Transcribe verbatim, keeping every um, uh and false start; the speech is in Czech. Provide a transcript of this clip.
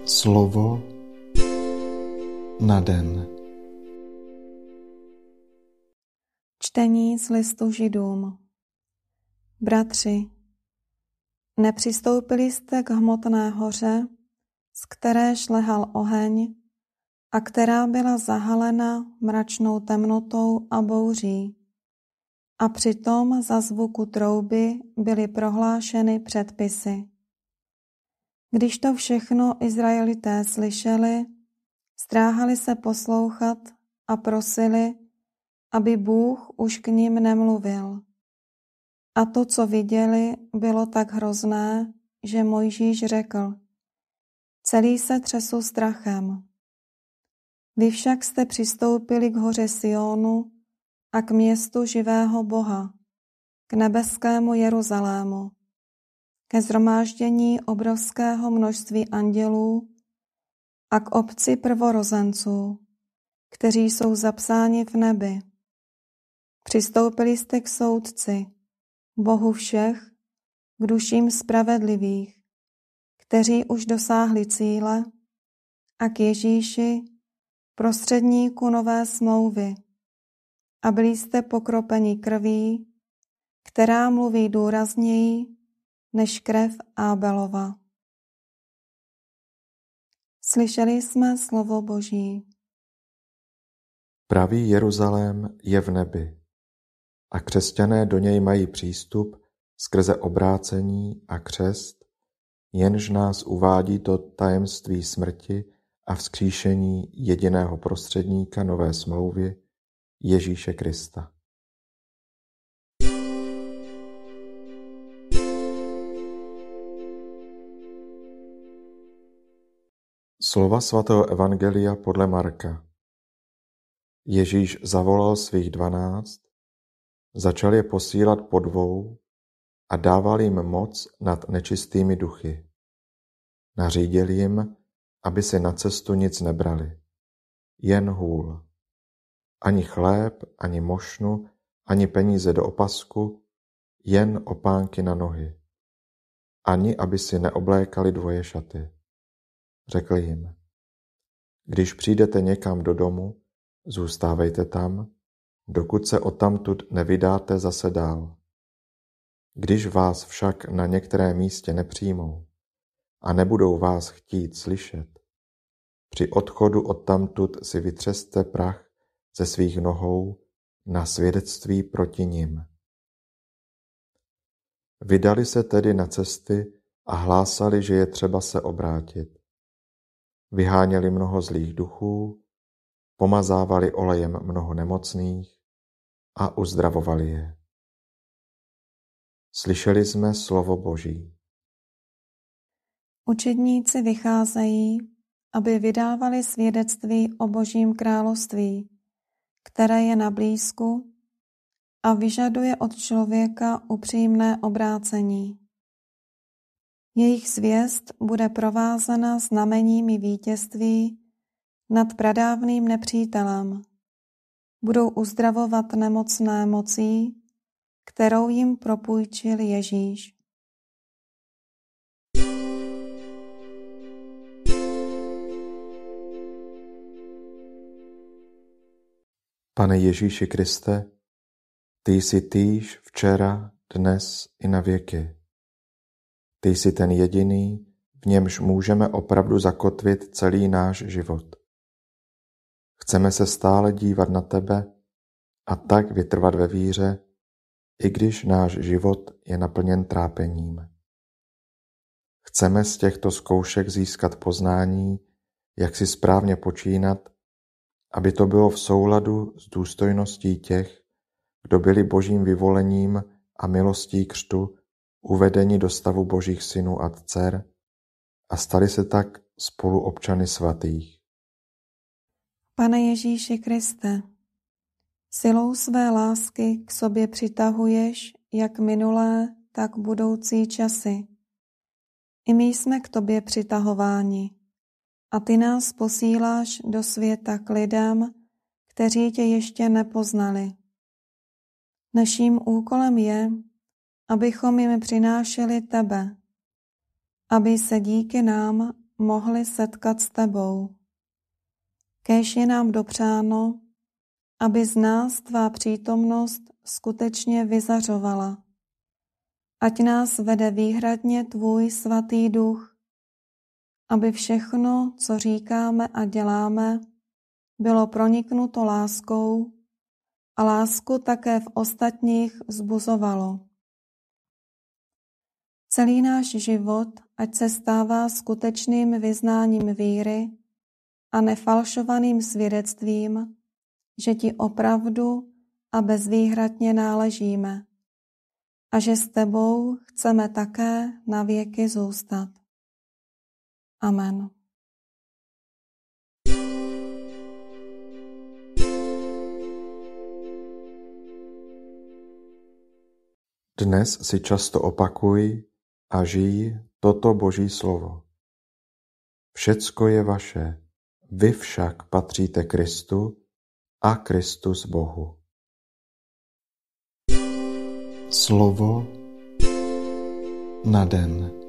Slovo na den. Čtení z listu Židům. Bratři, nepřistoupili jste k hmotné hoře, z které šlehal oheň a která byla zahalena mračnou temnotou a bouří. A přitom za zvuku trouby byly prohlášeny předpisy. Když to všechno Izraelité slyšeli, zdráhali se poslouchat a prosili, aby Bůh už k nim nemluvil. A to, co viděli, bylo tak hrozné, že Mojžíš řekl: celý se třesu strachem. Vy však jste přistoupili k hoře Sionu a k městu živého Boha, k nebeskému Jeruzalému, ke shromáždění obrovského množství andělů a k obci prvorozenců, kteří jsou zapsáni v nebi. Přistoupili jste k soudci, Bohu všech, k duším spravedlivých, kteří už dosáhli cíle, a k Ježíši, prostředníku nové smlouvy, a byli jste pokropeni krví, která mluví důrazněji než krev Ábelova. Slyšeli jsme slovo Boží. Pravý Jeruzalém je v nebi a křesťané do něj mají přístup skrze obrácení a křest, jenž nás uvádí do tajemství smrti a vzkříšení jediného prostředníka nové smlouvy, Ježíše Krista. Slova svatého evangelia podle Marka. Ježíš zavolal svých dvanáct, začal je posílat po dvou a dával jim moc nad nečistými duchy. Nařídil jim, aby si na cestu nic nebrali, jen hůl. Ani chléb, ani mošnu, ani peníze do opasku, jen opánky na nohy. Ani aby si neoblékali dvoje šaty. Řekl jim: když přijdete někam do domu, zůstávejte tam, dokud se odtamtud nevydáte zase dál. Když vás však na některém místě nepřijmou a nebudou vás chtít slyšet, při odchodu odtamtud si vytřeste prach ze svých nohou na svědectví proti nim. Vydali se tedy na cesty a hlásali, že je třeba se obrátit. Vyháněli mnoho zlých duchů, pomazávali olejem mnoho nemocných a uzdravovali je. Slyšeli jsme slovo Boží. Učedníci vycházejí, aby vydávali svědectví o Božím království, které je na blízku a vyžaduje od člověka upřímné obrácení. Jejich zvěst bude provázena znameními vítězství nad pradávným nepřítelem. Budou uzdravovat nemocné mocí, kterou jim propůjčil Ježíš. Pane Ježíši Kriste, ty jsi týž včera, dnes i na věky. Ty jsi ten jediný, v němž můžeme opravdu zakotvit celý náš život. Chceme se stále dívat na tebe a tak vytrvat ve víře, i když náš život je naplněn trápením. Chceme z těchto zkoušek získat poznání, jak si správně počínat, aby to bylo v souladu s důstojností těch, kdo byli Božím vyvolením a milostí křtu uvedeni do stavu Božích synů a dcer a stali se tak spoluobčany svatých. Pane Ježíši Kriste, silou své lásky k sobě přitahuješ jak minulé, tak budoucí časy. I my jsme k tobě přitahováni a ty nás posíláš do světa k lidem, kteří tě ještě nepoznali. Naším úkolem je, abychom jim přinášeli tebe, aby se díky nám mohli setkat s tebou. Kéž je nám dopřáno, aby z nás tvá přítomnost skutečně vyzařovala. Ať nás vede výhradně tvůj svatý duch, aby všechno, co říkáme a děláme, bylo proniknuto láskou a lásku také v ostatních vzbuzovalo. Celý náš život ať se stává skutečným vyznáním víry a nefalšovaným svědectvím, že ti opravdu a bezvýhradně náležíme a že s tebou chceme také na věky zůstat. Amen. Dnes si často opakuj a žij toto Boží slovo. Všecko je vaše, vy však patříte Kristu a Kristus Bohu. Slovo na den.